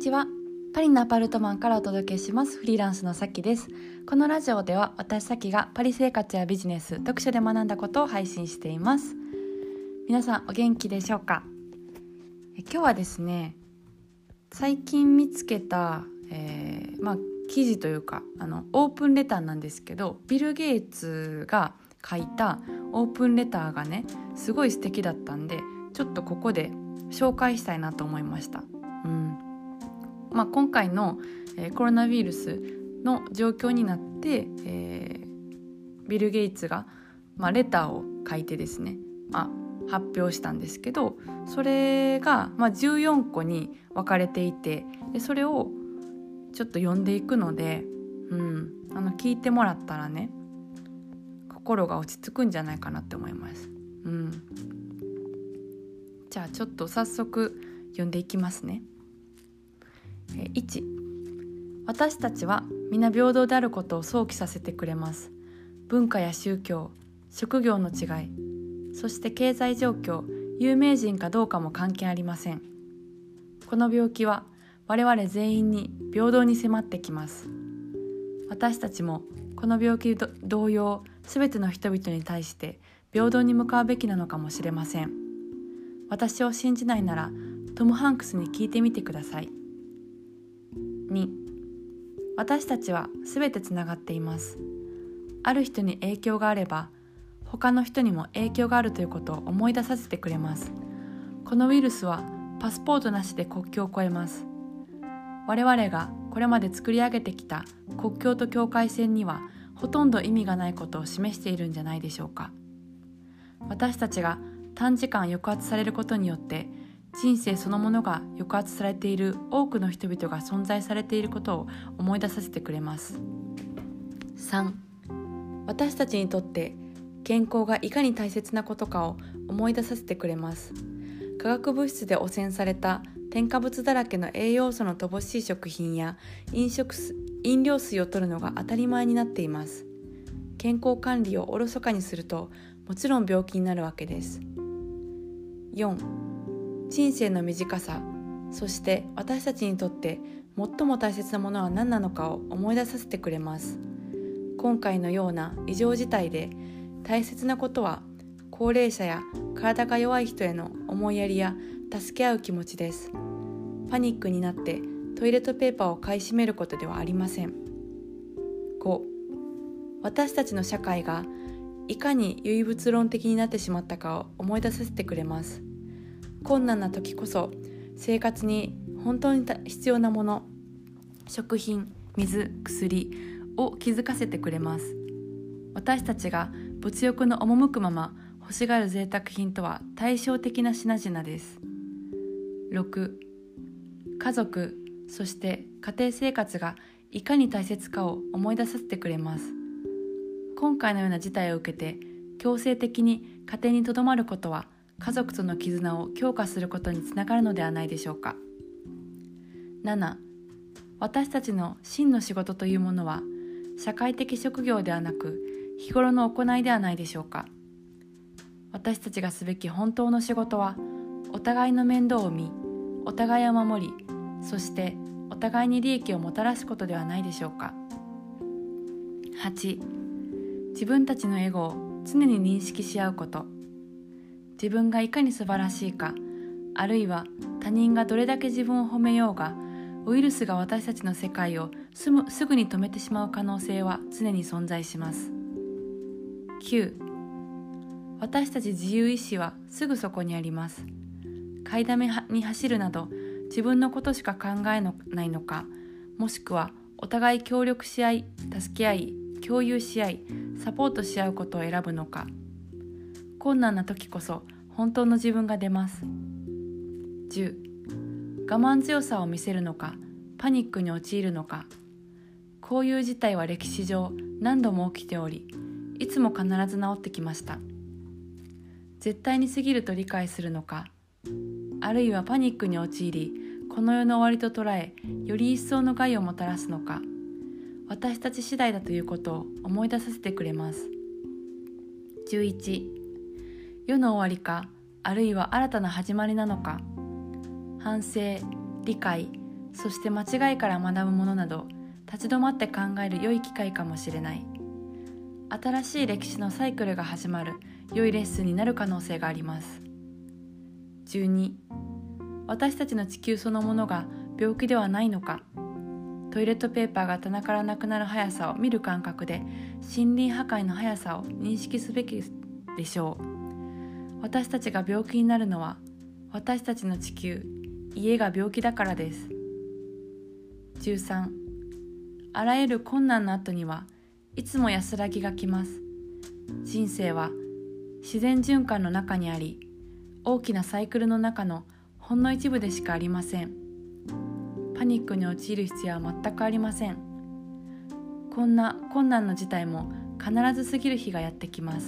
ちは。パリのアパルトマンからお届けしますフリーランスのさきです。このラジオでは私さきがパリ生活やビジネス、読書で学んだことを配信しています。皆さんお元気でしょうか？今日はですね、最近見つけた、記事というかオープンレターなんですけど、ビル・ゲイツが書いたオープンレターがねすごい素敵だったんで、ちょっとここで紹介したいなと思いました。今回の、コロナウイルスの状況になって、ビル・ゲイツが、レターを書いてですね、発表したんですけど、それが、14個に分かれていて、でそれをちょっと読んでいくので、聞いてもらったらね心が落ち着くんじゃないかなって思います。じゃあちょっと早速読んでいきますね。1、私たちは皆平等であることを想起させてくれます。文化や宗教、職業の違い、そして経済状況、有名人かどうかも関係ありません。この病気は我々全員に平等に迫ってきます。私たちもこの病気同様、すべての人々に対して平等に向かうべきなのかもしれません。私を信じないならトム・ハンクスに聞いてみてください。2、私たちはすべてつながっています。ある人に影響があれば他の人にも影響があるということを思い出させてくれます。このウイルスはパスポートなしで国境を越えます。我々がこれまで作り上げてきた国境と境界線にはほとんど意味がないことを示しているんじゃないでしょうか。私たちが短時間抑圧されることによって人生そのものが抑圧されている多くの人々が存在されていることを思い出させてくれます。3、私たちにとって健康がいかに大切なことかを思い出させてくれます。化学物質で汚染された添加物だらけの栄養素の乏しい食品や飲料水を取るのが当たり前になっています。健康管理をおろそかにするともちろん病気になるわけです。4、人生の短さ、そして私たちにとって最も大切なものは何なのかを思い出させてくれます。今回のような異常事態で大切なことは高齢者や体が弱い人への思いやりや助け合う気持ちです。パニックになってトイレットペーパーを買い占めることではありません。5、私たちの社会がいかに唯物論的になってしまったかを思い出させてくれます。困難な時こそ生活に本当に必要なもの、食品、水、薬を気づかせてくれます。私たちが物欲の赴くまま欲しがる贅沢品とは対照的な品々です。6、家族、そして家庭生活がいかに大切かを思い出させてくれます。今回のような事態を受けて強制的に家庭にとどまることは家族との絆を強化することにつながるのではないでしょうか。7、私たちの真の仕事というものは社会的職業ではなく日頃の行いではないでしょうか。私たちがすべき本当の仕事はお互いの面倒を見、お互いを守り、そしてお互いに利益をもたらすことではないでしょうか。8、自分たちのエゴを常に認識し合うこと。自分がいかに素晴らしいか、あるいは他人がどれだけ自分を褒めようが、ウイルスが私たちの世界をすぐに止めてしまう可能性は常に存在します。9、私たち自由意志はすぐそこにあります。買いだめに走るなど自分のことしか考えないのか、もしくはお互い協力し合い、助け合い、共有し合い、サポートし合うことを選ぶのか。困難な時こそ本当の自分が出ます。10、我慢強さを見せるのか、パニックに陥るのか。こういう事態は歴史上何度も起きており、いつも必ず治ってきました。絶対に過ぎると理解するのか、あるいはパニックに陥り、この世の終わりと捉え、より一層の害をもたらすのか、私たち次第だということを思い出させてくれます。11、世の終わりか、あるいは新たな始まりなのか。反省、理解、 そして間違いから学ぶものなど立ち止まって考える良い機会かもしれない。新しい歴史のサイクルが始まる良いレッスンになる可能性があります。12、私たちの地球そのものが病気ではないのか。トイレットペーパーが棚からなくなる速さを見る感覚で森林破壊の速さを認識すべきでしょう。私たちが病気になるのは私たちの地球、家が病気だからです。13、あらゆる困難の後にはいつも安らぎが来ます。人生は自然循環の中にあり、大きなサイクルの中のほんの一部でしかありません。パニックに陥る必要は全くありません。こんな困難の事態も必ず過ぎる日がやってきます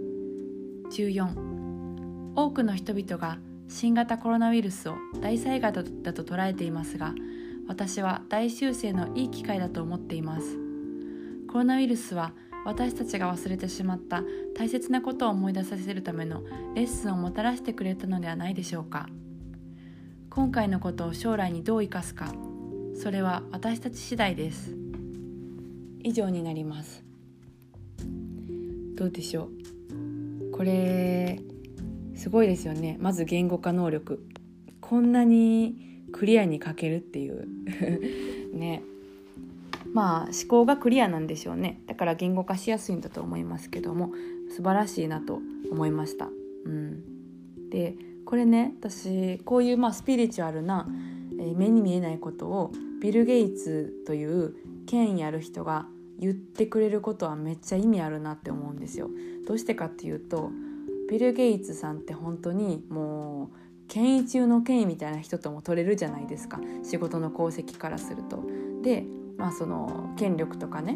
。14、多くの人々が新型コロナウイルスを大災害だと捉えていますが、私は大修正のいい機会だと思っています。コロナウイルスは私たちが忘れてしまった大切なことを思い出させるためのレッスンをもたらしてくれたのではないでしょうか。今回のことを将来にどう生かすか、それは私たち次第です。以上になります。どうでしょう。これすごいですよね。まず言語化能力、こんなにクリアに書けるっていうね。まあ思考がクリアなんでしょうね。だから言語化しやすいんだと思いますけども、素晴らしいなと思いました。でこれね、私こういうスピリチュアルな、目に見えないことをビル・ゲイツという権威ある人が言ってくれることはめっちゃ意味あるなって思うんですよ。どうしてかっていうと、ビル・ゲイツさんって本当にもう権威中の権威みたいな人とも取れるじゃないですか、仕事の功績からすると。で、その権力とかね、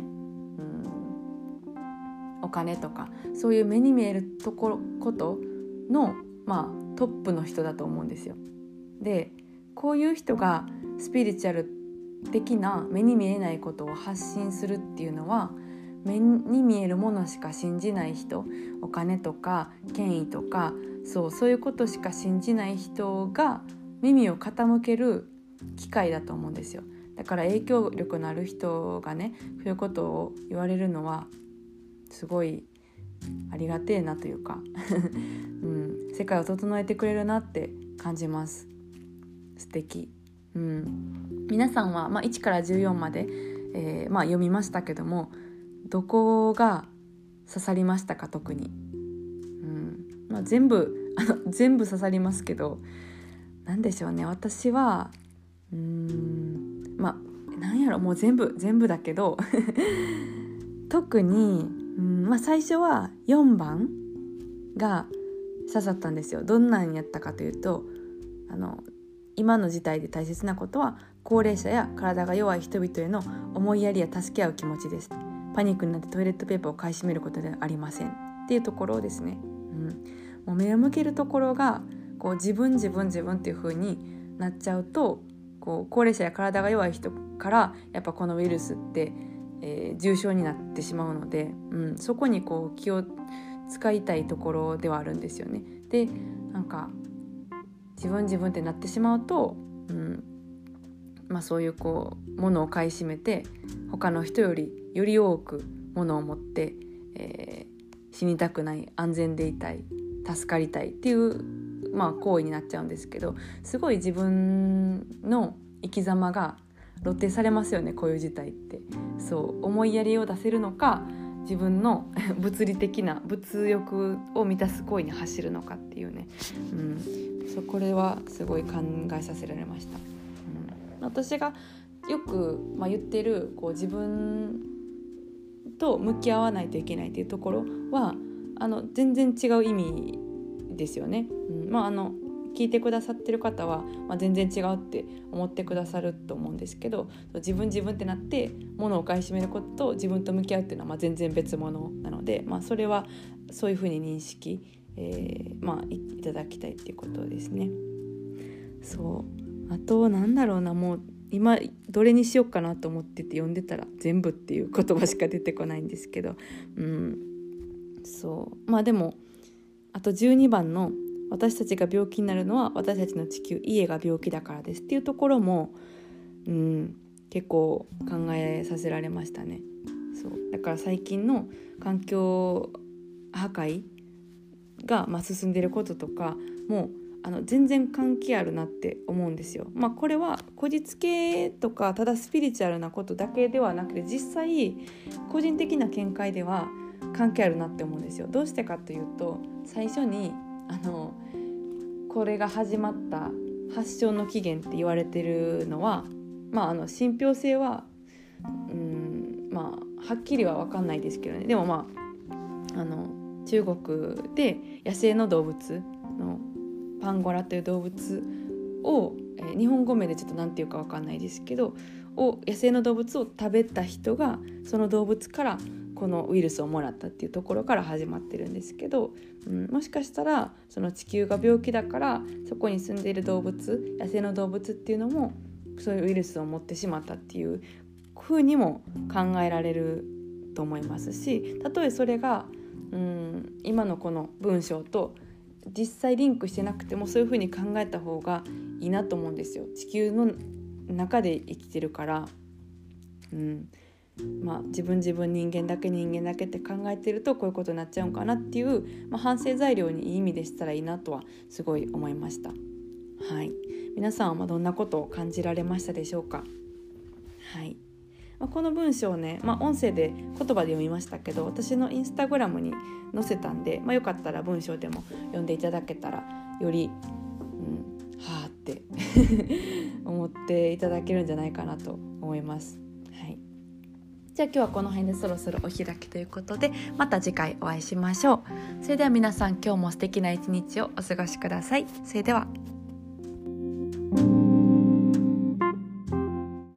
お金とかそういう目に見えることの、トップの人だと思うんですよ。でこういう人がスピリチュアル的な目に見えないことを発信するっていうのは、目に見えるものしか信じない人、お金とか権威とかそういうことしか信じない人が耳を傾ける機会だと思うんですよ。だから影響力のある人がね、そういうことを言われるのはすごいありがてえなというか、世界を整えてくれるなって感じます。素敵。皆さんは、1から14まで、読みましたけども、どこが刺さりましたか？特に、全部刺さりますけど、なんでしょうね。私はなんやろ、もう全部だけど特に、最初は4番が刺さったんですよ。どんなんやったかというと、今の事態で大切なことは高齢者や体が弱い人々への思いやりや助け合う気持ちです。パニックになってトイレットペーパーを買い占めることではありませんっていうところですね。もう目を向けるところがこう自分っていう風になっちゃうと、こう高齢者や体が弱い人からやっぱこのウイルスって、重症になってしまうので、そこにこう気を使いたいところではあるんですよね。でなんか自分ってなってしまうと、そういうこう物を買い占めて他の人より多く物を持って、死にたくない、安全でいたい、助かりたいっていう、行為になっちゃうんですけど、すごい自分の生き様が露呈されますよね。こういう事態って思いやりを出せるのか、自分の物理的な物欲を満たす行為に走るのかっていうね、これはすごい考えさせられました。私がよく、言ってるこう自分と向き合わないといけないっていうところは全然違う意味ですよね。聞いてくださってる方は、全然違うって思ってくださると思うんですけど、自分ってなって物を買い占めることと自分と向き合うっていうのは全然別物なので、それはそういうふうに認識、いただきたいっていうことですね。あとなんだろうな、もう今どれにしようかなと思ってて読んでたら全部っていう言葉しか出てこないんですけど、でもあと12番の私たちが病気になるのは私たちの地球、家が病気だからですっていうところも結構考えさせられましたね。そうだから最近の環境破壊が進んでいることとかも全然関係あるなって思うんですよ。これはこじつけとかただスピリチュアルなことだけではなくて、実際個人的な見解では関係あるなって思うんですよ。どうしてかというと、最初にこれが始まった発祥の起源って言われてるのは、信憑性ははっきりは分かんないですけどね。でも中国で野生の動物のパンゴラという動物を、日本語名でちょっと何て言うか分かんないですけど、野生の動物を食べた人がその動物からこのウイルスをもらったっていうところから始まってるんですけど、もしかしたらその地球が病気だからそこに住んでいる動物、野生の動物っていうのもそういうウイルスを持ってしまったっていう風にも考えられると思いますし、たとえそれが今のこの文章と実際リンクしてなくてもそういう風に考えた方がいいなと思うんですよ。地球の中で生きてるから、自分人間だけって考えてるとこういうことになっちゃうんかなっていう、反省材料にいい意味でしたらいいなとはすごい思いました。はい、皆さんはどんなことを感じられましたでしょうか。はい、この文章ね、音声で言葉で読みましたけど、私のインスタグラムに載せたんで、よかったら文章でも読んでいただけたらより、はーって思っていただけるんじゃないかなと思います。はい、じゃあ今日はこの辺でそろそろお開きということで、また次回お会いしましょう。それでは皆さん、今日も素敵な一日をお過ごしください。それでは。